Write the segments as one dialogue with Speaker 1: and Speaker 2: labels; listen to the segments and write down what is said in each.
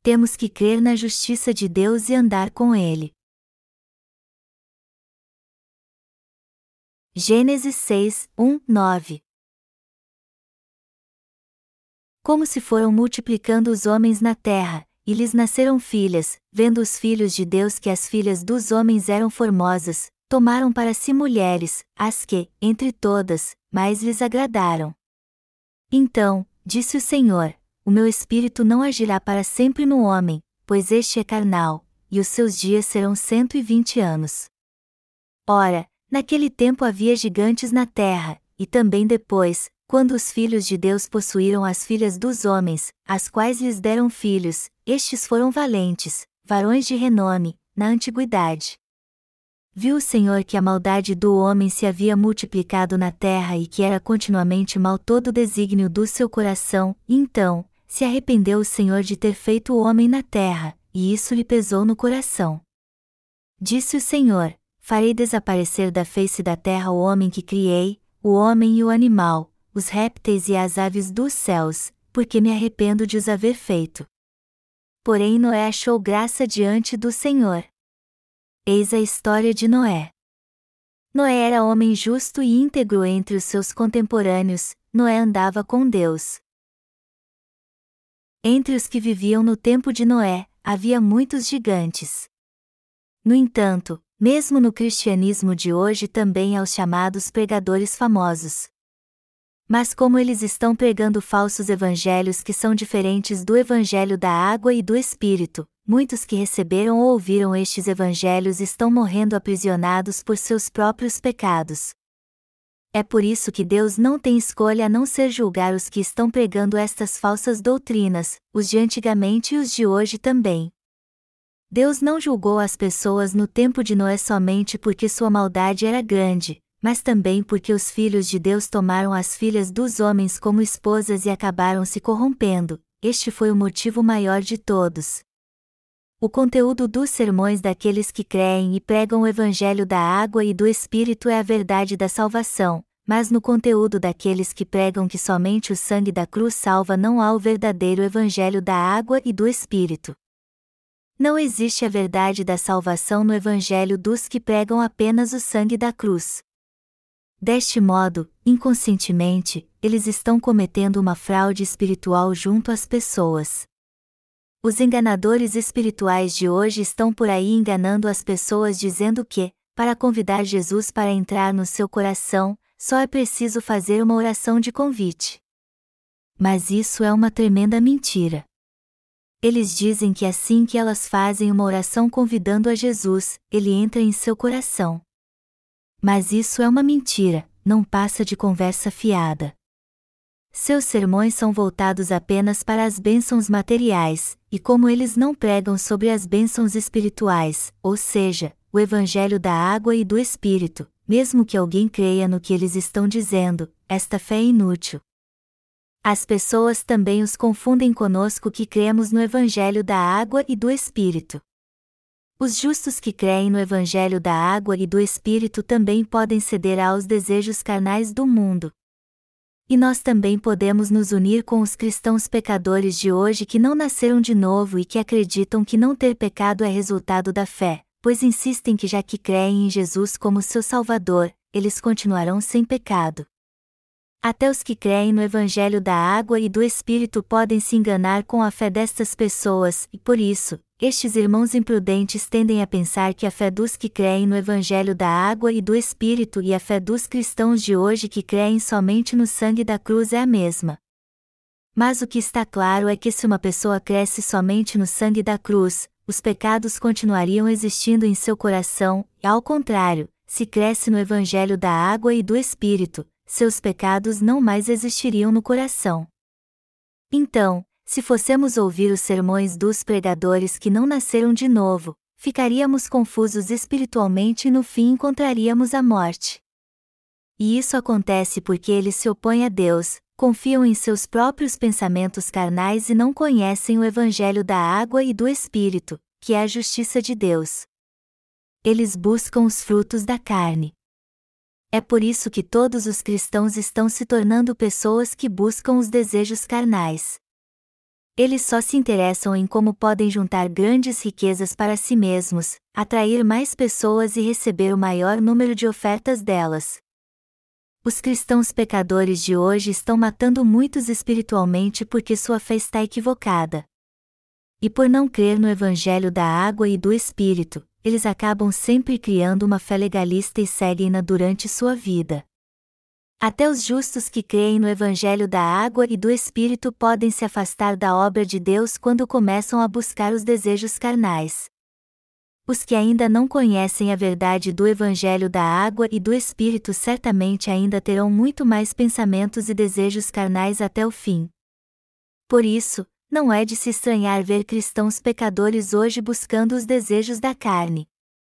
Speaker 1: temos que crer na justiça de Deus e andar com Ele. Gênesis 6, 1, 9. Como se foram multiplicando os homens na terra, e lhes nasceram filhas, vendo os filhos de Deus que as filhas dos homens eram formosas, tomaram para si mulheres, as que, entre todas, mais lhes agradaram. Então, disse o Senhor: o meu espírito não agirá para sempre no homem, pois este é carnal, e os seus dias serão 120 anos. Ora, naquele tempo havia gigantes na terra, e também depois, quando os filhos de Deus possuíram as filhas dos homens, as quais lhes deram filhos, estes foram valentes, varões de renome, na antiguidade. Viu o Senhor que a maldade do homem se havia multiplicado na terra e que era continuamente mal todo o desígnio do seu coração, e então, se arrependeu o Senhor de ter feito o homem na terra, e isso lhe pesou no coração. Disse o Senhor: farei desaparecer da face da terra o homem que criei, o homem e o animal, os répteis e as aves dos céus, porque me arrependo de os haver feito. Porém Noé achou graça diante do Senhor. Eis a história de Noé. Noé era homem justo e íntegro entre os seus contemporâneos, Noé andava com Deus. Entre os que viviam no tempo de Noé, havia muitos gigantes. No entanto, mesmo no cristianismo de hoje também há os chamados pregadores famosos. Mas como eles estão pregando falsos evangelhos que são diferentes do evangelho da água e do Espírito, muitos que receberam ou ouviram estes evangelhos estão morrendo aprisionados por seus próprios pecados. É por isso que Deus não tem escolha a não ser julgar os que estão pregando estas falsas doutrinas, os de antigamente e os de hoje também. Deus não julgou as pessoas no tempo de Noé somente porque sua maldade era grande, mas também porque os filhos de Deus tomaram as filhas dos homens como esposas e acabaram se corrompendo. Este foi o motivo maior de todos. O conteúdo dos sermões daqueles que creem e pregam o evangelho da água e do Espírito é a verdade da salvação, mas no conteúdo daqueles que pregam que somente o sangue da cruz salva não há o verdadeiro evangelho da água e do Espírito. Não existe a verdade da salvação no evangelho dos que pregam apenas o sangue da cruz. Deste modo, inconscientemente, eles estão cometendo uma fraude espiritual junto às pessoas. Os enganadores espirituais de hoje estão por aí enganando as pessoas dizendo que, para convidar Jesus para entrar no seu coração, só é preciso fazer uma oração de convite. Mas isso é uma tremenda mentira. Eles dizem que assim que elas fazem uma oração convidando a Jesus, ele entra em seu coração. Mas isso é uma mentira, não passa de conversa fiada. Seus sermões são voltados apenas para as bênçãos materiais, e como eles não pregam sobre as bênçãos espirituais, ou seja, o evangelho da água e do Espírito, mesmo que alguém creia no que eles estão dizendo, esta fé é inútil. As pessoas também os confundem conosco que cremos no evangelho da água e do Espírito. Os justos que creem no evangelho da água e do Espírito também podem ceder aos desejos carnais do mundo. E nós também podemos nos unir com os cristãos pecadores de hoje que não nasceram de novo e que acreditam que não ter pecado é resultado da fé, pois insistem que já que creem em Jesus como seu Salvador, eles continuarão sem pecado. Até os que creem no evangelho da água e do Espírito podem se enganar com a fé destas pessoas, e por isso, estes irmãos imprudentes tendem a pensar que a fé dos que creem no evangelho da água e do Espírito e a fé dos cristãos de hoje que creem somente no sangue da cruz é a mesma. Mas o que está claro é que se uma pessoa cresce somente no sangue da cruz, os pecados continuariam existindo em seu coração, e ao contrário, se cresce no evangelho da água e do Espírito, seus pecados não mais existiriam no coração. Então, se fossemos ouvir os sermões dos pregadores que não nasceram de novo, ficaríamos confusos espiritualmente e no fim encontraríamos a morte. E isso acontece porque eles se opõem a Deus, confiam em seus próprios pensamentos carnais e não conhecem o evangelho da água e do Espírito, que é a justiça de Deus. Eles buscam os frutos da carne. É por isso que todos os cristãos estão se tornando pessoas que buscam os desejos carnais. Eles só se interessam em como podem juntar grandes riquezas para si mesmos, atrair mais pessoas e receber o maior número de ofertas delas. Os cristãos pecadores de hoje estão matando muitos espiritualmente porque sua fé está equivocada. E por não crer no Evangelho da água e do Espírito, eles acabam sempre criando uma fé legalista e seguem-na durante sua vida. Até os justos que creem no Evangelho da água e do Espírito podem se afastar da obra de Deus quando começam a buscar os desejos carnais. Os que ainda não conhecem a verdade do Evangelho da água e do Espírito certamente ainda terão muito mais pensamentos e desejos carnais até o fim. Por isso, não é de se estranhar ver cristãos pecadores hoje buscando os desejos da carne.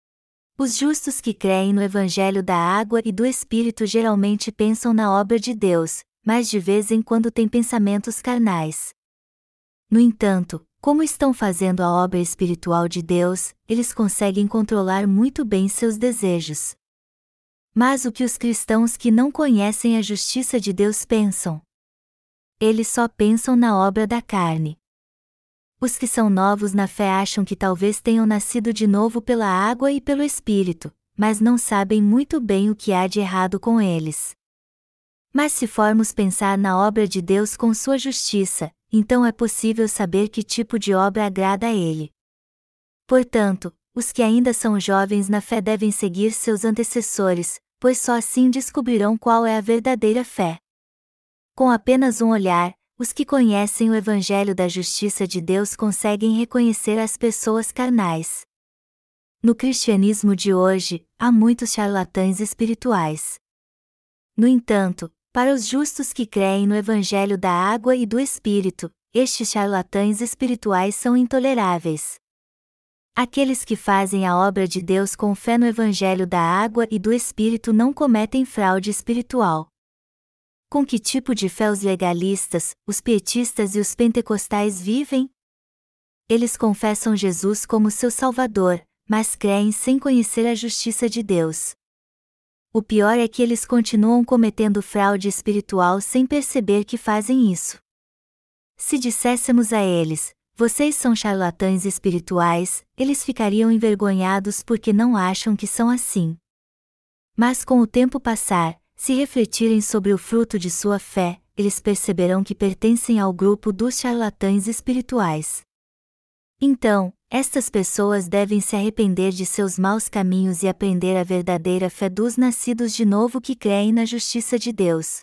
Speaker 1: Os justos que creem no Evangelho da água e do Espírito geralmente pensam na obra de Deus, mas de vez em quando têm pensamentos carnais. No entanto, como estão fazendo a obra espiritual de Deus, eles conseguem controlar muito bem seus desejos. Mas o que os cristãos que não conhecem a justiça de Deus pensam? Eles só pensam na obra da carne. Os que são novos na fé acham que talvez tenham nascido de novo pela água e pelo Espírito, mas não sabem muito bem o que há de errado com eles. Mas se formos pensar na obra de Deus com sua justiça, então é possível saber que tipo de obra agrada a Ele. Portanto, os que ainda são jovens na fé devem seguir seus antecessores, pois só assim descobrirão qual é a verdadeira fé. Com apenas um olhar, os que conhecem o Evangelho da Justiça de Deus conseguem reconhecer as pessoas carnais. No cristianismo de hoje, há muitos charlatães espirituais. No entanto, para os justos que creem no Evangelho da água e do Espírito, estes charlatães espirituais são intoleráveis. Aqueles que fazem a obra de Deus com fé no Evangelho da água e do Espírito não cometem fraude espiritual. Com que tipo de fé os legalistas, os pietistas e os pentecostais vivem? Eles confessam Jesus como seu Salvador, mas creem sem conhecer a justiça de Deus. O pior é que eles continuam cometendo fraude espiritual sem perceber que fazem isso. Se disséssemos a eles, vocês são charlatães espirituais, eles ficariam envergonhados porque não acham que são assim. Mas com o tempo passar, se refletirem sobre o fruto de sua fé, eles perceberão que pertencem ao grupo dos charlatães espirituais. Então, estas pessoas devem se arrepender de seus maus caminhos e aprender a verdadeira fé dos nascidos de novo que creem na justiça de Deus.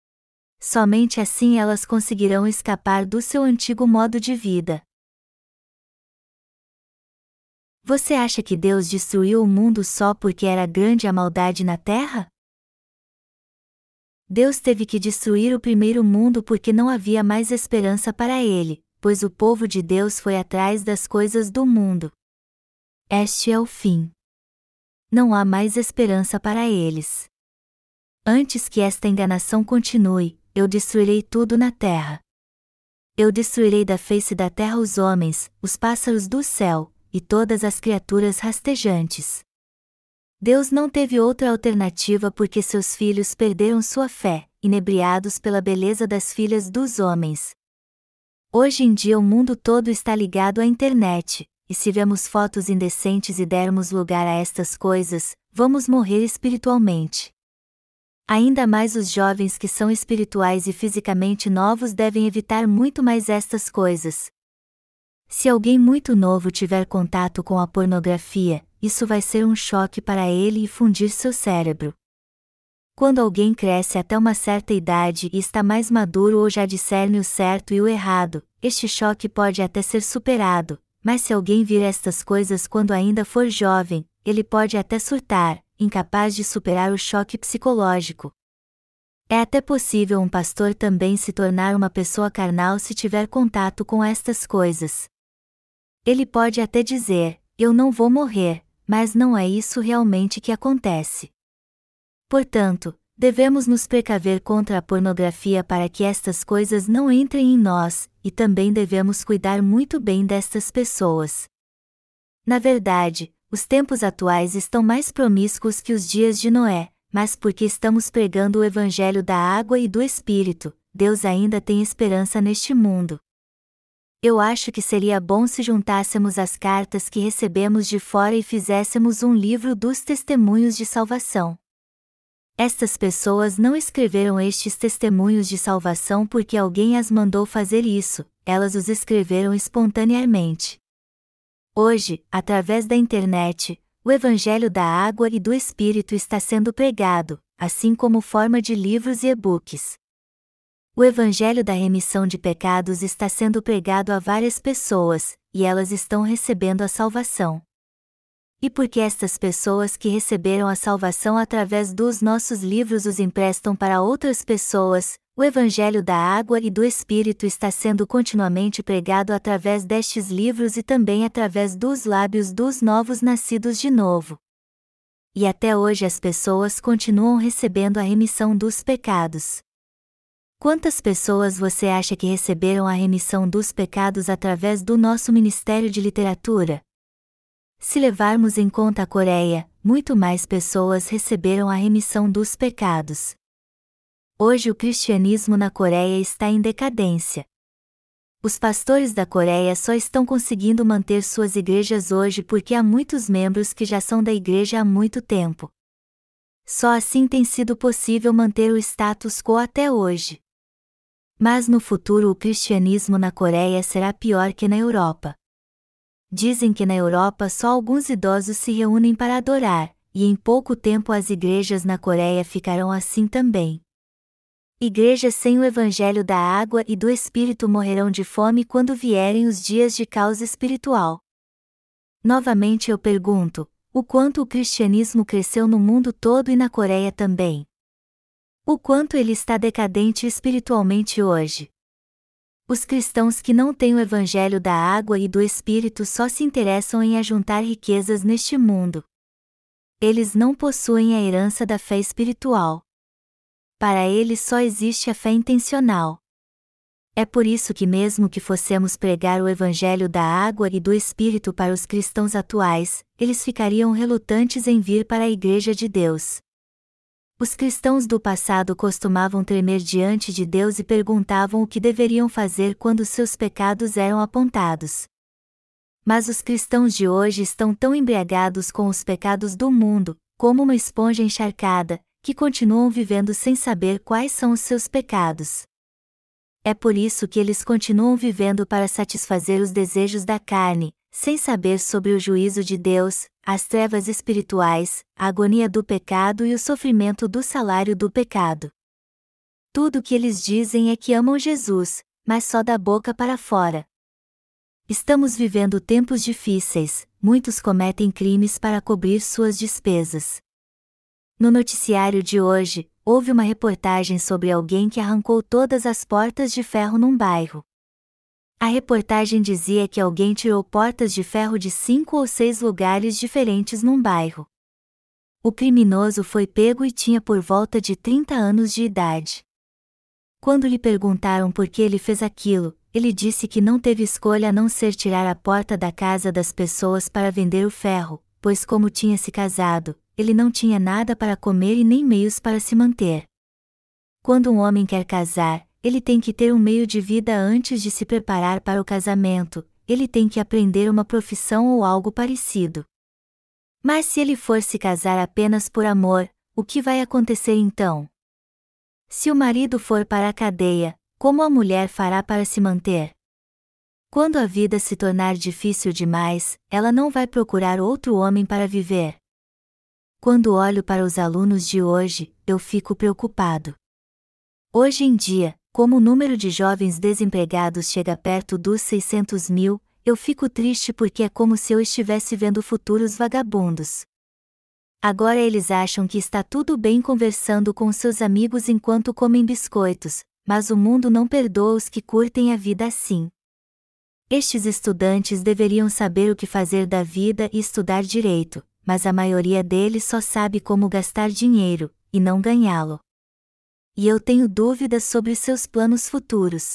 Speaker 1: Somente assim elas conseguirão escapar do seu antigo modo de vida. Você acha que Deus destruiu o mundo só porque era grande a maldade na terra? Deus teve que destruir o primeiro mundo porque não havia mais esperança para ele, pois o povo de Deus foi atrás das coisas do mundo. Este é o fim. Não há mais esperança para eles. Antes que esta enganação continue, eu destruirei tudo na terra. Eu destruirei da face da terra os homens, os pássaros do céu, e todas as criaturas rastejantes. Deus não teve outra alternativa porque seus filhos perderam sua fé, inebriados pela beleza das filhas dos homens. Hoje em dia o mundo todo está ligado à internet, e se vemos fotos indecentes e dermos lugar a estas coisas, vamos morrer espiritualmente. Ainda mais os jovens que são espirituais e fisicamente novos devem evitar muito mais estas coisas. Se alguém muito novo tiver contato com a pornografia, isso vai ser um choque para ele e fundir seu cérebro. Quando alguém cresce até uma certa idade e está mais maduro ou já discerne o certo e o errado, este choque pode até ser superado, mas se alguém vir estas coisas quando ainda for jovem, ele pode até surtar, incapaz de superar o choque psicológico. É até possível um pastor também se tornar uma pessoa carnal se tiver contato com estas coisas. Ele pode até dizer, eu não vou morrer, mas não é isso realmente que acontece. Portanto, devemos nos precaver contra a pornografia para que estas coisas não entrem em nós, e também devemos cuidar muito bem destas pessoas. Na verdade, os tempos atuais estão mais promíscuos que os dias de Noé, mas porque estamos pregando o Evangelho da água e do Espírito, Deus ainda tem esperança neste mundo. Eu acho que seria bom se juntássemos as cartas que recebemos de fora e fizéssemos um livro dos testemunhos de salvação. Estas pessoas não escreveram estes testemunhos de salvação porque alguém as mandou fazer isso, elas os escreveram espontaneamente. Hoje, através da internet, o Evangelho da Água e do Espírito está sendo pregado, assim como forma de livros e e-books. O Evangelho da remissão de pecados está sendo pregado a várias pessoas, e elas estão recebendo a salvação. E porque estas pessoas que receberam a salvação através dos nossos livros os emprestam para outras pessoas, o Evangelho da Água e do Espírito está sendo continuamente pregado através destes livros e também através dos lábios dos novos nascidos de novo. E até hoje as pessoas continuam recebendo a remissão dos pecados. Quantas pessoas você acha que receberam a remissão dos pecados através do nosso Ministério de Literatura? Se levarmos em conta a Coreia, muito mais pessoas receberam a remissão dos pecados. Hoje o cristianismo na Coreia está em decadência. Os pastores da Coreia só estão conseguindo manter suas igrejas hoje porque há muitos membros que já são da igreja há muito tempo. Só assim tem sido possível manter o status quo até hoje. Mas no futuro o cristianismo na Coreia será pior que na Europa. Dizem que na Europa só alguns idosos se reúnem para adorar, e em pouco tempo as igrejas na Coreia ficarão assim também. Igrejas sem o Evangelho da Água e do Espírito morrerão de fome quando vierem os dias de caos espiritual. Novamente eu pergunto, o quanto o cristianismo cresceu no mundo todo e na Coreia também? O quanto ele está decadente espiritualmente hoje? Os cristãos que não têm o Evangelho da Água e do Espírito só se interessam em ajuntar riquezas neste mundo. Eles não possuem a herança da fé espiritual. Para eles só existe a fé intencional. É por isso que mesmo que fossemos pregar o Evangelho da Água e do Espírito para os cristãos atuais, eles ficariam relutantes em vir para a Igreja de Deus. Os cristãos do passado costumavam tremer diante de Deus e perguntavam o que deveriam fazer quando seus pecados eram apontados. Mas os cristãos de hoje estão tão embriagados com os pecados do mundo, como uma esponja encharcada, que continuam vivendo sem saber quais são os seus pecados. É por isso que eles continuam vivendo para satisfazer os desejos da carne, sem saber sobre o juízo de Deus, as trevas espirituais, a agonia do pecado e o sofrimento do salário do pecado. Tudo o que eles dizem é que amam Jesus, mas só da boca para fora. Estamos vivendo tempos difíceis, muitos cometem crimes para cobrir suas despesas. No noticiário de hoje, houve uma reportagem sobre alguém que arrancou todas as portas de ferro num bairro. A reportagem dizia que alguém tirou portas de ferro de 5 ou 6 lugares diferentes num bairro. O criminoso foi pego e tinha por volta de 30 anos de idade. Quando lhe perguntaram por que ele fez aquilo, ele disse que não teve escolha a não ser tirar a porta da casa das pessoas para vender o ferro, pois como tinha se casado, ele não tinha nada para comer e nem meios para se manter. Quando um homem quer casar, ele tem que ter um meio de vida antes de se preparar para o casamento, ele tem que aprender uma profissão ou algo parecido. Mas se ele for se casar apenas por amor, o que vai acontecer então? Se o marido for para a cadeia, como a mulher fará para se manter? Quando a vida se tornar difícil demais, ela não vai procurar outro homem para viver. Quando olho para os alunos de hoje, eu fico preocupado. Hoje em dia, como o número de jovens desempregados chega perto dos 600 mil, eu fico triste porque é como se eu estivesse vendo futuros vagabundos. Agora eles acham que está tudo bem conversando com seus amigos enquanto comem biscoitos, mas o mundo não perdoa os que curtem a vida assim. Estes estudantes deveriam saber o que fazer da vida e estudar direito, mas a maioria deles só sabe como gastar dinheiro, e não ganhá-lo. E eu tenho dúvidas sobre seus planos futuros.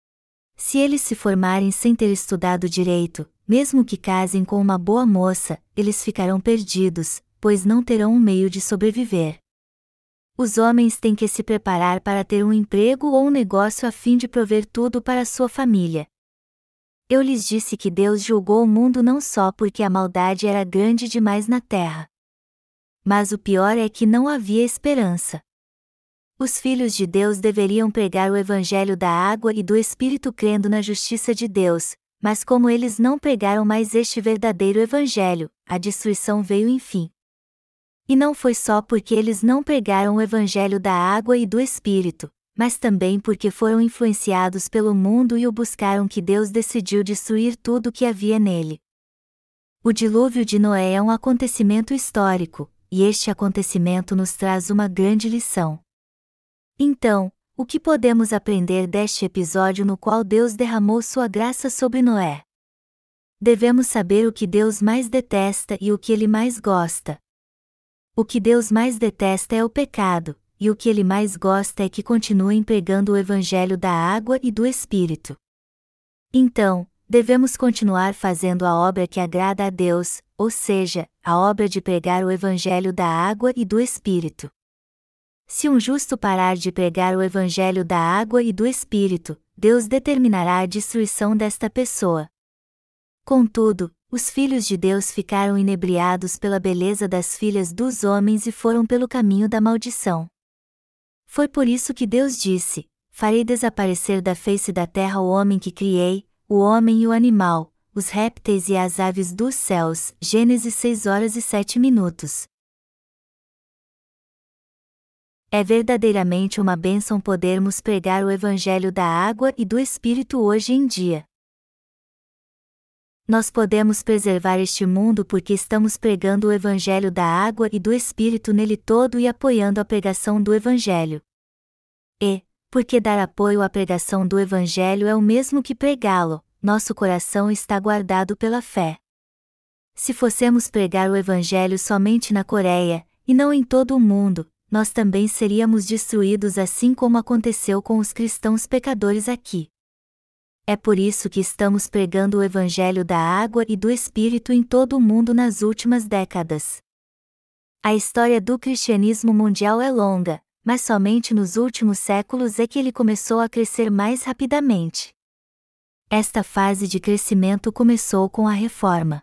Speaker 1: Se eles se formarem sem ter estudado direito, mesmo que casem com uma boa moça, eles ficarão perdidos, pois não terão um meio de sobreviver. Os homens têm que se preparar para ter um emprego ou um negócio a fim de prover tudo para sua família. Eu lhes disse que Deus julgou o mundo não só porque a maldade era grande demais na terra. Mas o pior é que não havia esperança. Os filhos de Deus deveriam pregar o evangelho da água e do Espírito crendo na justiça de Deus, mas como eles não pregaram mais este verdadeiro evangelho, a destruição veio enfim. E não foi só porque eles não pregaram o evangelho da água e do Espírito, mas também porque foram influenciados pelo mundo e o buscaram que Deus decidiu destruir tudo o que havia nele. O dilúvio de Noé é um acontecimento histórico, e este acontecimento nos traz uma grande lição. Então, o que podemos aprender deste episódio no qual Deus derramou sua graça sobre Noé? Devemos saber o que Deus mais detesta e o que ele mais gosta. O que Deus mais detesta é o pecado, e o que ele mais gosta é que continuem pregando o evangelho da água e do Espírito. Então, devemos continuar fazendo a obra que agrada a Deus, ou seja, a obra de pregar o evangelho da água e do Espírito. Se um justo parar de pregar o evangelho da água e do Espírito, Deus determinará a destruição desta pessoa. Contudo, os filhos de Deus ficaram inebriados pela beleza das filhas dos homens e foram pelo caminho da maldição. Foi por isso que Deus disse: farei desaparecer da face da terra o homem que criei, o homem e o animal, os répteis e as aves dos céus. Gênesis 6:07. É verdadeiramente uma bênção podermos pregar o evangelho da água e do Espírito hoje em dia. Nós podemos preservar este mundo porque estamos pregando o evangelho da água e do Espírito nele todo e apoiando a pregação do evangelho. E, porque dar apoio à pregação do evangelho é o mesmo que pregá-lo, nosso coração está guardado pela fé. Se fossemos pregar o evangelho somente na Coreia, e não em todo o mundo, nós também seríamos destruídos assim como aconteceu com os cristãos pecadores aqui. É por isso que estamos pregando o evangelho da água e do Espírito em todo o mundo nas últimas décadas. A história do cristianismo mundial é longa, mas somente nos últimos séculos é que ele começou a crescer mais rapidamente. Esta fase de crescimento começou com a Reforma.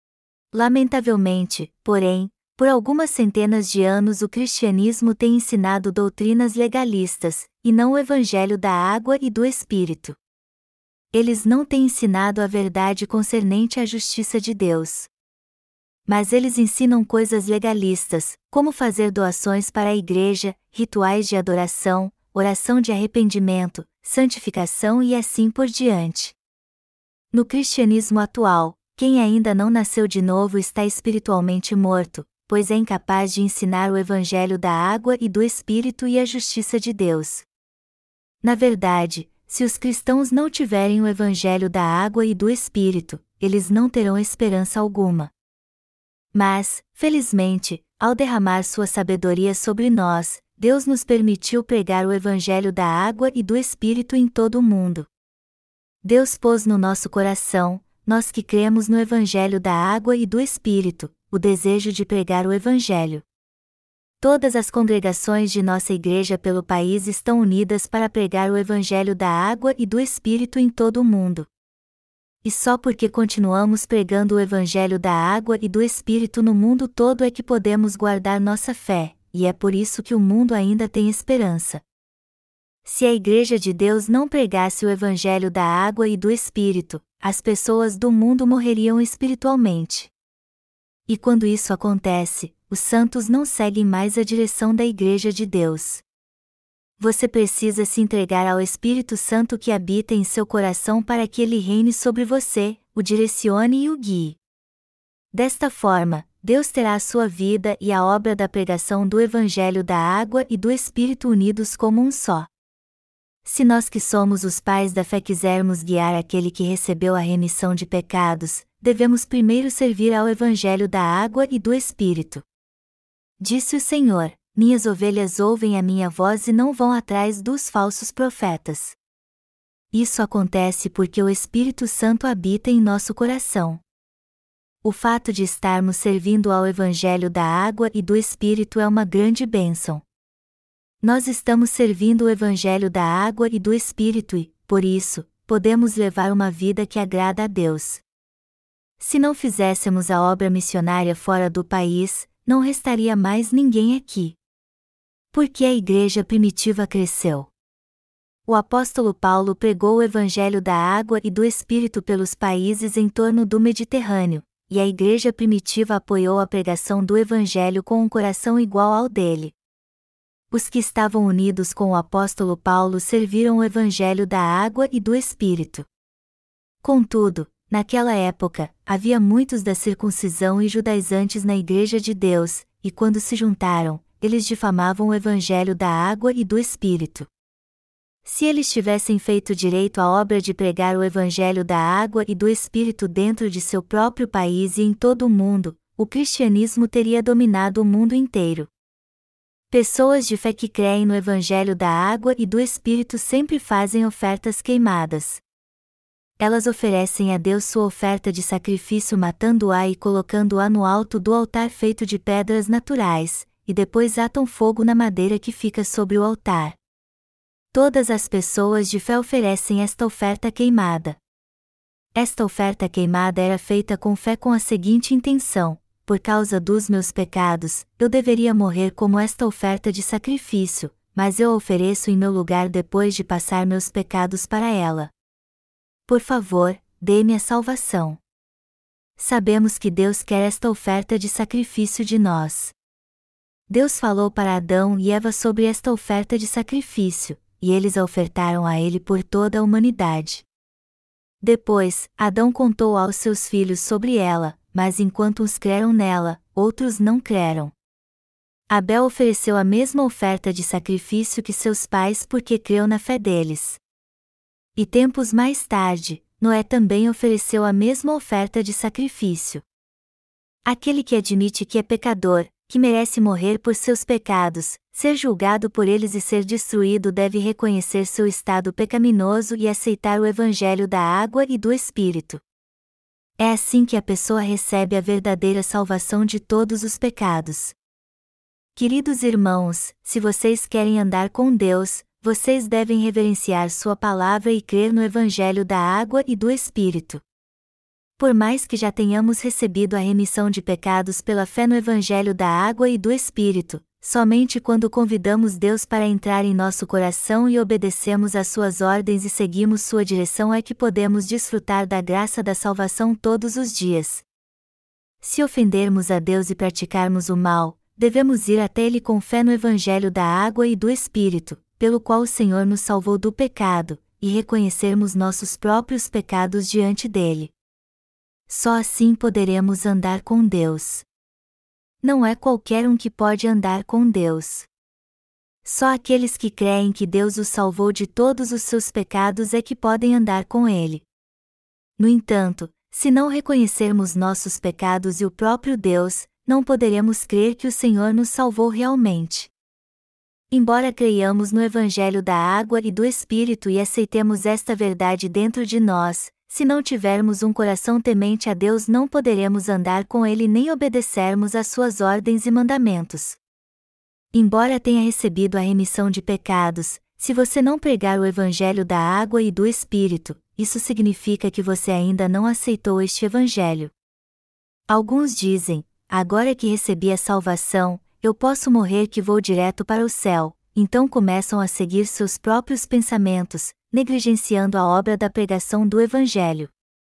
Speaker 1: Lamentavelmente, porém, por algumas centenas de anos o cristianismo tem ensinado doutrinas legalistas, e não o evangelho da água e do Espírito. Eles não têm ensinado a verdade concernente à justiça de Deus. Mas eles ensinam coisas legalistas, como fazer doações para a igreja, rituais de adoração, oração de arrependimento, santificação e assim por diante. No cristianismo atual, quem ainda não nasceu de novo está espiritualmente morto, pois é incapaz de ensinar o evangelho da água e do Espírito e a justiça de Deus. Na verdade, se os cristãos não tiverem o evangelho da água e do Espírito, eles não terão esperança alguma. Mas, felizmente, ao derramar sua sabedoria sobre nós, Deus nos permitiu pregar o evangelho da água e do Espírito em todo o mundo. Deus pôs no nosso coração, nós que cremos no evangelho da água e do Espírito, o desejo de pregar o evangelho. Todas as congregações de nossa igreja pelo país estão unidas para pregar o evangelho da água e do Espírito em todo o mundo. E só porque continuamos pregando o evangelho da água e do Espírito no mundo todo é que podemos guardar nossa fé, e é por isso que o mundo ainda tem esperança. Se a Igreja de Deus não pregasse o evangelho da água e do Espírito, as pessoas do mundo morreriam espiritualmente. E quando isso acontece, os santos não seguem mais a direção da Igreja de Deus. Você precisa se entregar ao Espírito Santo que habita em seu coração para que ele reine sobre você, o direcione e o guie. Desta forma, Deus terá a sua vida e a obra da pregação do Evangelho da água e do Espírito unidos como um só. Se nós que somos os pais da fé quisermos guiar aquele que recebeu a remissão de pecados, devemos primeiro servir ao Evangelho da água e do Espírito. Disse o Senhor: minhas ovelhas ouvem a minha voz e não vão atrás dos falsos profetas. Isso acontece porque o Espírito Santo habita em nosso coração. O fato de estarmos servindo ao Evangelho da água e do Espírito é uma grande bênção. Nós estamos servindo o Evangelho da água e do Espírito e, por isso, podemos levar uma vida que agrada a Deus. Se não fizéssemos a obra missionária fora do país, não restaria mais ninguém aqui. Por que a igreja primitiva cresceu? O apóstolo Paulo pregou o evangelho da água e do Espírito pelos países em torno do Mediterrâneo, e a igreja primitiva apoiou a pregação do evangelho com um coração igual ao dele. Os que estavam unidos com o apóstolo Paulo serviram o evangelho da água e do Espírito. Contudo, naquela época, havia muitos da circuncisão e judaizantes na igreja de Deus, e quando se juntaram, eles difamavam o evangelho da água e do Espírito. Se eles tivessem feito direito a obra de pregar o evangelho da água e do Espírito dentro de seu próprio país e em todo o mundo, o cristianismo teria dominado o mundo inteiro. Pessoas de fé que creem no evangelho da água e do Espírito sempre fazem ofertas queimadas. Elas oferecem a Deus sua oferta de sacrifício matando-a e colocando-a no alto do altar feito de pedras naturais, e depois atam fogo na madeira que fica sobre o altar. Todas as pessoas de fé oferecem esta oferta queimada. Esta oferta queimada era feita com fé com a seguinte intenção: por causa dos meus pecados, eu deveria morrer como esta oferta de sacrifício, mas eu a ofereço em meu lugar depois de passar meus pecados para ela. Por favor, dê-me a salvação. Sabemos que Deus quer esta oferta de sacrifício de nós. Deus falou para Adão e Eva sobre esta oferta de sacrifício, e eles a ofertaram a ele por toda a humanidade. Depois, Adão contou aos seus filhos sobre ela, mas enquanto uns creram nela, outros não creram. Abel ofereceu a mesma oferta de sacrifício que seus pais porque creu na fé deles. E tempos mais tarde, Noé também ofereceu a mesma oferta de sacrifício. Aquele que admite que é pecador, que merece morrer por seus pecados, ser julgado por eles e ser destruído deve reconhecer seu estado pecaminoso e aceitar o evangelho da água e do Espírito. É assim que a pessoa recebe a verdadeira salvação de todos os pecados. Queridos irmãos, se vocês querem andar com Deus, vocês devem reverenciar sua palavra e crer no evangelho da água e do Espírito. Por mais que já tenhamos recebido a remissão de pecados pela fé no evangelho da água e do Espírito, somente quando convidamos Deus para entrar em nosso coração e obedecemos às suas ordens e seguimos sua direção é que podemos desfrutar da graça da salvação todos os dias. Se ofendermos a Deus e praticarmos o mal, devemos ir até Ele com fé no evangelho da água e do Espírito, pelo qual o Senhor nos salvou do pecado, e reconhecermos nossos próprios pecados diante dele. Só assim poderemos andar com Deus. Não é qualquer um que pode andar com Deus. Só aqueles que creem que Deus os salvou de todos os seus pecados é que podem andar com Ele. No entanto, se não reconhecermos nossos pecados e o próprio Deus, não poderemos crer que o Senhor nos salvou realmente. Embora creiamos no Evangelho da água e do Espírito e aceitemos esta verdade dentro de nós, se não tivermos um coração temente a Deus não poderemos andar com Ele nem obedecermos às suas ordens e mandamentos. Embora tenha recebido a remissão de pecados, se você não pregar o Evangelho da água e do Espírito, isso significa que você ainda não aceitou este Evangelho. Alguns dizem, agora que recebi a salvação, eu posso morrer que vou direto para o céu, então começam a seguir seus próprios pensamentos, negligenciando a obra da pregação do Evangelho.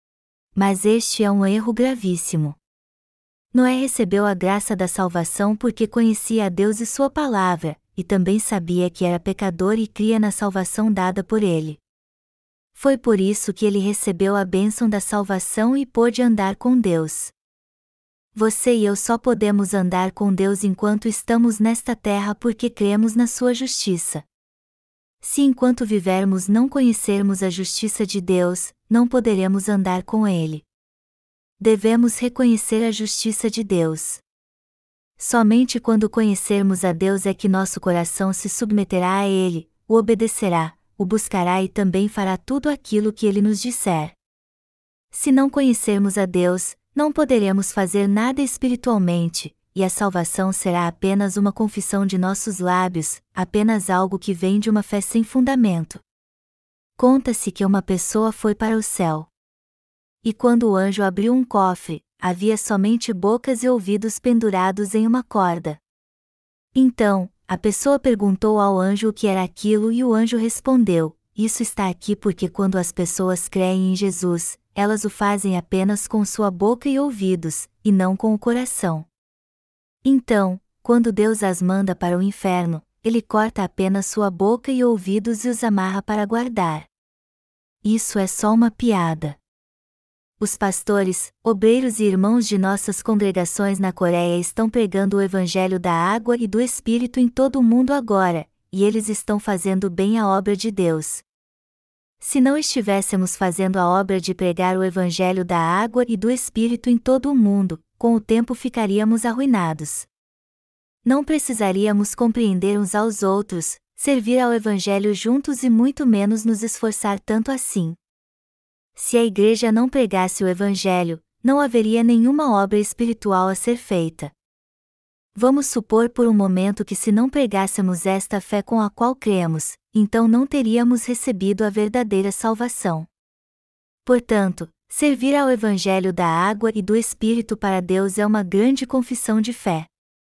Speaker 1: Mas este é um erro gravíssimo. Noé recebeu a graça da salvação porque conhecia a Deus e sua palavra, e também sabia que era pecador e cria na salvação dada por ele. Foi por isso que ele recebeu a bênção da salvação e pôde andar com Deus. Você e eu só podemos andar com Deus enquanto estamos nesta terra porque cremos na sua justiça. Se enquanto vivermos não conhecermos a justiça de Deus, não poderemos andar com Ele. Devemos reconhecer a justiça de Deus. Somente quando conhecermos a Deus é que nosso coração se submeterá a Ele, o obedecerá, o buscará e também fará tudo aquilo que Ele nos disser. Se não conhecermos a Deus, não poderemos fazer nada espiritualmente, e a salvação será apenas uma confissão de nossos lábios, apenas algo que vem de uma fé sem fundamento. Conta-se que uma pessoa foi para o céu. E quando o anjo abriu um cofre, havia somente bocas e ouvidos pendurados em uma corda. Então, a pessoa perguntou ao anjo o que era aquilo e o anjo respondeu: isso está aqui porque quando as pessoas creem em Jesus, elas o fazem apenas com sua boca e ouvidos, e não com o coração. Então, quando Deus as manda para o inferno, Ele corta apenas sua boca e ouvidos e os amarra para guardar. Isso é só uma piada. Os pastores, obreiros e irmãos de nossas congregações na Coreia estão pregando o Evangelho da água e do Espírito em todo o mundo agora, e eles estão fazendo bem a obra de Deus. Se não estivéssemos fazendo a obra de pregar o Evangelho da água e do Espírito em todo o mundo, com o tempo ficaríamos arruinados. Não precisaríamos compreender uns aos outros, servir ao Evangelho juntos e muito menos nos esforçar tanto assim. Se a igreja não pregasse o Evangelho, não haveria nenhuma obra espiritual a ser feita. Vamos supor por um momento que se não pregássemos esta fé com a qual cremos, então não teríamos recebido a verdadeira salvação. Portanto, servir ao Evangelho da água e do Espírito para Deus é uma grande confissão de fé.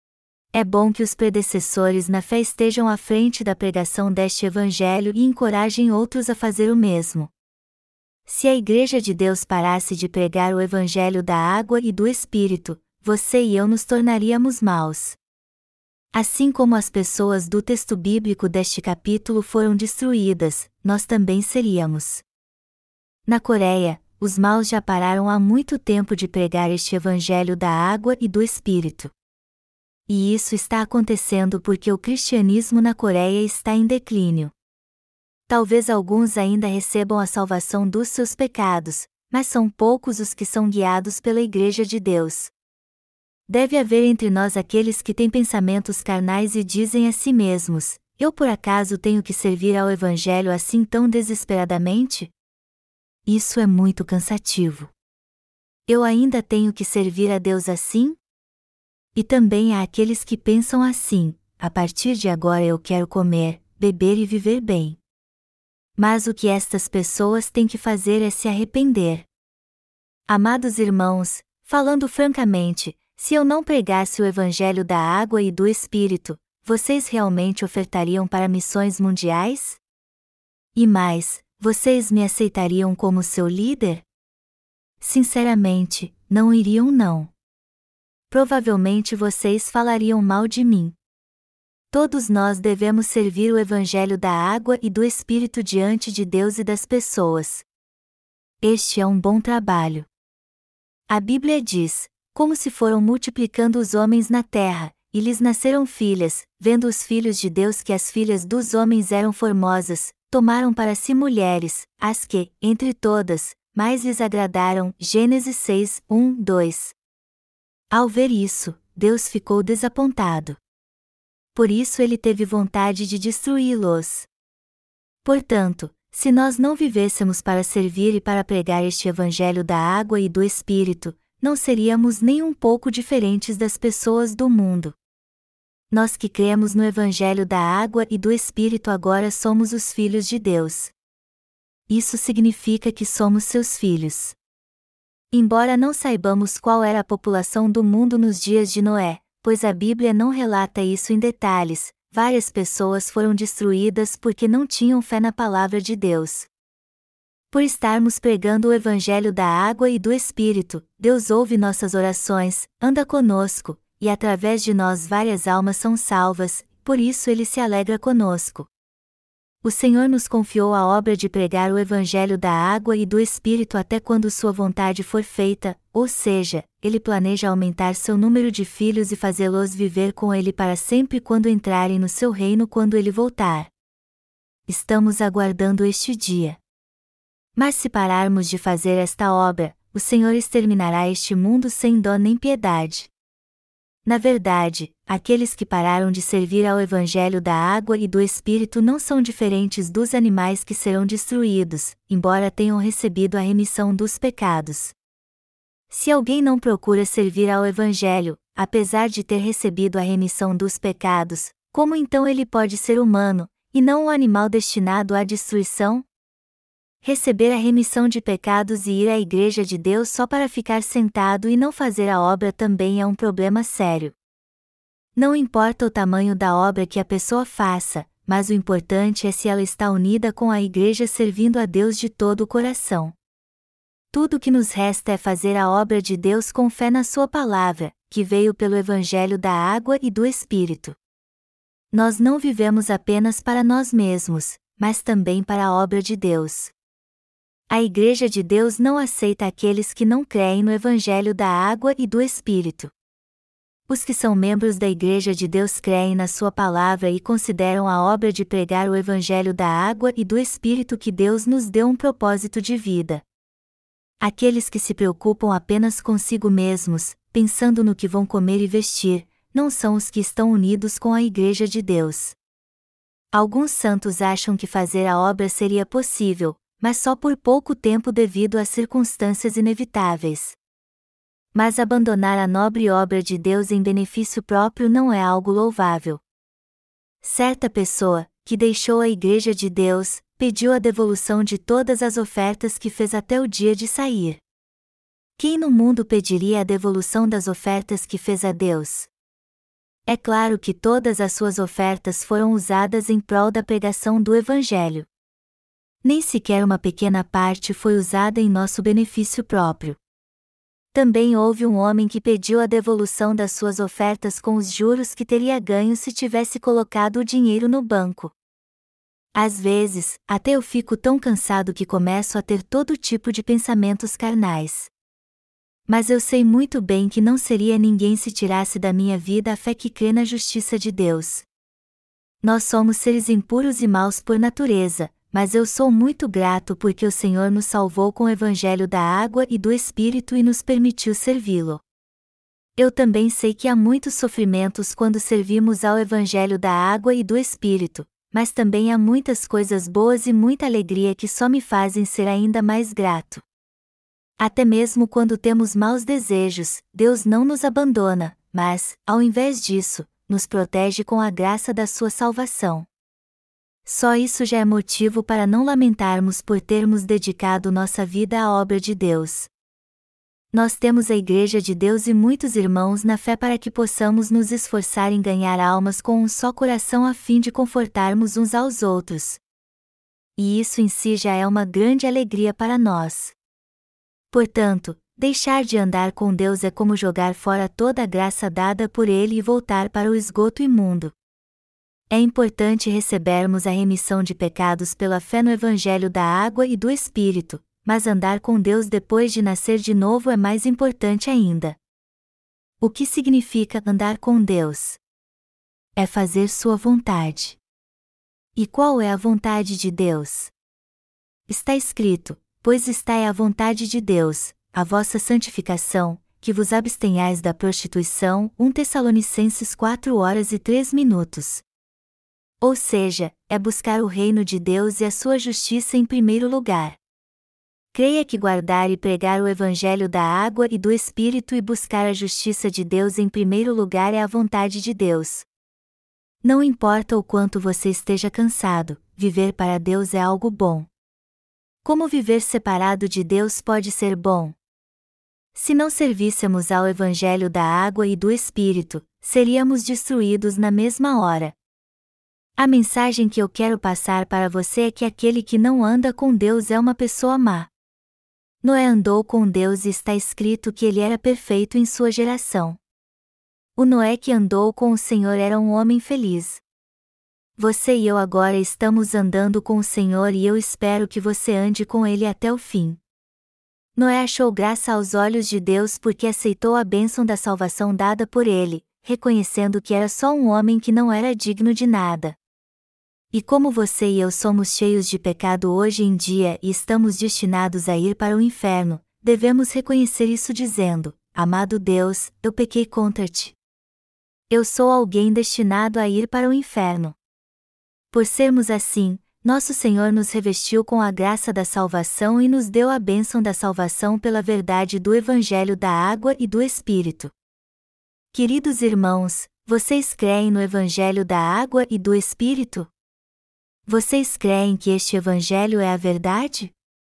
Speaker 1: É bom que os predecessores na fé estejam à frente da pregação deste Evangelho e encorajem outros a fazer o mesmo. Se a Igreja de Deus parasse de pregar o Evangelho da água e do Espírito, você e eu nos tornaríamos maus. Assim como as pessoas do texto bíblico deste capítulo foram destruídas, nós também seríamos. Na Coreia, os maus já pararam há muito tempo de pregar este Evangelho da água e do Espírito. E isso está acontecendo porque o cristianismo na Coreia está em declínio. Talvez alguns ainda recebam a salvação dos seus pecados, mas são poucos os que são guiados pela Igreja de Deus. Deve haver entre nós aqueles que têm pensamentos carnais e dizem a si mesmos: eu por acaso tenho que servir ao Evangelho assim tão desesperadamente? Isso é muito cansativo. Eu ainda tenho que servir a Deus assim? E também há aqueles que pensam assim: a partir de agora eu quero comer, beber e viver bem. Mas o que estas pessoas têm que fazer é se arrepender. Amados irmãos, falando francamente, se eu não pregasse o Evangelho da água e do Espírito, vocês realmente ofertariam para missões mundiais? E mais, vocês me aceitariam como seu líder? Sinceramente, não iriam não. Provavelmente vocês falariam mal de mim. Todos nós devemos servir o Evangelho da água e do Espírito diante de Deus e das pessoas. Este é um bom trabalho. A Bíblia diz: como se foram multiplicando os homens na terra, e lhes nasceram filhas, vendo os filhos de Deus que as filhas dos homens eram formosas, tomaram para si mulheres, as que, entre todas, mais lhes agradaram. Gênesis 6, 1, 2. Ao ver isso, Deus ficou desapontado. Por isso ele teve vontade de destruí-los. Portanto, se nós não vivêssemos para servir e para pregar este Evangelho da água e do Espírito, não seríamos nem um pouco diferentes das pessoas do mundo. Nós que cremos no Evangelho da água e do Espírito agora somos os filhos de Deus. Isso significa que somos seus filhos. Embora não saibamos qual era a população do mundo nos dias de Noé, pois a Bíblia não relata isso em detalhes, várias pessoas foram destruídas porque não tinham fé na palavra de Deus. Por estarmos pregando o Evangelho da água e do Espírito, Deus ouve nossas orações, anda conosco, e através de nós várias almas são salvas, por isso Ele se alegra conosco. O Senhor nos confiou a obra de pregar o Evangelho da água e do Espírito até quando sua vontade for feita, ou seja, Ele planeja aumentar seu número de filhos e fazê-los viver com Ele para sempre quando entrarem no seu reino quando Ele voltar. Estamos aguardando este dia. Mas se pararmos de fazer esta obra, o Senhor exterminará este mundo sem dó nem piedade. Na verdade, aqueles que pararam de servir ao Evangelho da água e do Espírito não são diferentes dos animais que serão destruídos, embora tenham recebido a remissão dos pecados. Se alguém não procura servir ao Evangelho, apesar de ter recebido a remissão dos pecados, como então ele pode ser humano, e não um animal destinado à destruição? Receber a remissão de pecados e ir à Igreja de Deus só para ficar sentado e não fazer a obra também é um problema sério. Não importa o tamanho da obra que a pessoa faça, mas o importante é se ela está unida com a Igreja servindo a Deus de todo o coração. Tudo o que nos resta é fazer a obra de Deus com fé na Sua palavra, que veio pelo Evangelho da água e do Espírito. Nós não vivemos apenas para nós mesmos, mas também para a obra de Deus. A Igreja de Deus não aceita aqueles que não creem no Evangelho da água e do Espírito. Os que são membros da Igreja de Deus creem na Sua palavra e consideram a obra de pregar o Evangelho da água e do Espírito que Deus nos deu um propósito de vida. Aqueles que se preocupam apenas consigo mesmos, pensando no que vão comer e vestir, não são os que estão unidos com a Igreja de Deus. Alguns santos acham que fazer a obra seria possível, mas só por pouco tempo devido às circunstâncias inevitáveis. Mas abandonar a nobre obra de Deus em benefício próprio não é algo louvável. Certa pessoa, que deixou a Igreja de Deus, pediu a devolução de todas as ofertas que fez até o dia de sair. Quem no mundo pediria a devolução das ofertas que fez a Deus? É claro que todas as suas ofertas foram usadas em prol da pregação do Evangelho. Nem sequer uma pequena parte foi usada em nosso benefício próprio. Também houve um homem que pediu a devolução das suas ofertas com os juros que teria ganho se tivesse colocado o dinheiro no banco. Às vezes, até eu fico tão cansado que começo a ter todo tipo de pensamentos carnais. Mas eu sei muito bem que não seria ninguém se tirasse da minha vida a fé que crê na justiça de Deus. Nós somos seres impuros e maus por natureza, mas eu sou muito grato porque o Senhor nos salvou com o Evangelho da água e do Espírito e nos permitiu servi-lo. Eu também sei que há muitos sofrimentos quando servimos ao Evangelho da água e do Espírito, mas também há muitas coisas boas e muita alegria que só me fazem ser ainda mais grato. Até mesmo quando temos maus desejos, Deus não nos abandona, mas, ao invés disso, nos protege com a graça da sua salvação. Só isso já é motivo para não lamentarmos por termos dedicado nossa vida à obra de Deus. Nós temos a Igreja de Deus e muitos irmãos na fé para que possamos nos esforçar em ganhar almas com um só coração a fim de confortarmos uns aos outros. E isso em si já é uma grande alegria para nós. Portanto, deixar de andar com Deus é como jogar fora toda a graça dada por Ele e voltar para o esgoto imundo. É importante recebermos a remissão de pecados pela fé no Evangelho da água e do Espírito, mas andar com Deus depois de nascer de novo é mais importante ainda. O que significa andar com Deus? É fazer sua vontade. E qual é a vontade de Deus? Está escrito: pois esta é a vontade de Deus, a vossa santificação, que vos abstenhais da prostituição. 1 Tessalonicenses 4:03. Ou seja, é buscar o reino de Deus e a sua justiça em primeiro lugar. Creia que guardar e pregar o Evangelho da água e do Espírito e buscar a justiça de Deus em primeiro lugar é a vontade de Deus. Não importa o quanto você esteja cansado, viver para Deus é algo bom. Como viver separado de Deus pode ser bom? Se não servíssemos ao Evangelho da água e do Espírito, seríamos destruídos na mesma hora. A mensagem que eu quero passar para você é que aquele que não anda com Deus é uma pessoa má. Noé andou com Deus e está escrito que ele era perfeito em sua geração. O Noé que andou com o Senhor era um homem feliz. Você e eu agora estamos andando com o Senhor e eu espero que você ande com Ele até o fim. Noé achou graça aos olhos de Deus porque aceitou a bênção da salvação dada por Ele, reconhecendo que era só um homem que não era digno de nada. E como você e eu somos cheios de pecado hoje em dia e estamos destinados a ir para o inferno, devemos reconhecer isso dizendo: amado Deus, eu pequei contra-te. Eu sou alguém destinado a ir para o inferno. Por sermos assim, nosso Senhor nos revestiu com a graça da salvação e nos deu a bênção da salvação pela verdade do Evangelho da água e do Espírito. Queridos irmãos, vocês creem no Evangelho da água e do Espírito? Vocês creem que este Evangelho é a verdade?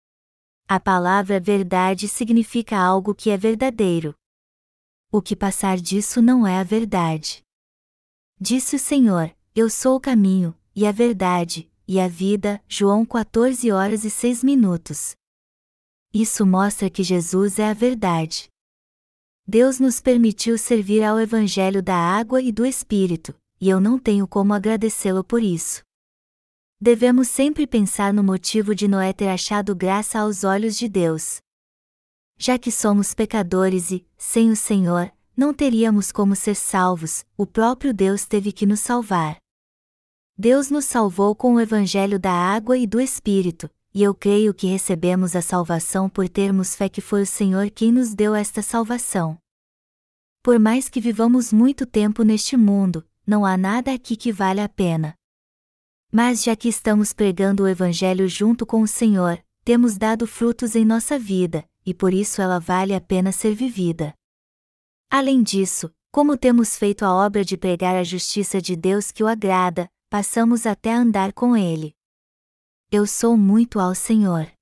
Speaker 1: A palavra verdade significa algo que é verdadeiro. O que passar disso não é a verdade. Disse o Senhor: Eu sou o caminho, e a verdade, e a vida. João 14h06. Isso mostra que Jesus é a verdade. Deus nos permitiu servir ao Evangelho da água e do Espírito, e eu não tenho como agradecê-lo por isso. Devemos sempre pensar no motivo de Noé ter achado graça aos olhos de Deus. Já que somos pecadores e, sem o Senhor, não teríamos como ser salvos, o próprio Deus teve que nos salvar. Deus nos salvou com o Evangelho da água e do Espírito, e eu creio que recebemos a salvação por termos fé que foi o Senhor quem nos deu esta salvação. Por mais que vivamos muito tempo neste mundo, não há nada aqui que vale a pena. Mas já que estamos pregando o Evangelho junto com o Senhor, temos dado frutos em nossa vida, e por isso ela vale a pena ser vivida. Além disso, como temos feito a obra de pregar a justiça de Deus que o agrada, passamos até a andar com Ele. Eu sou muito ao Senhor.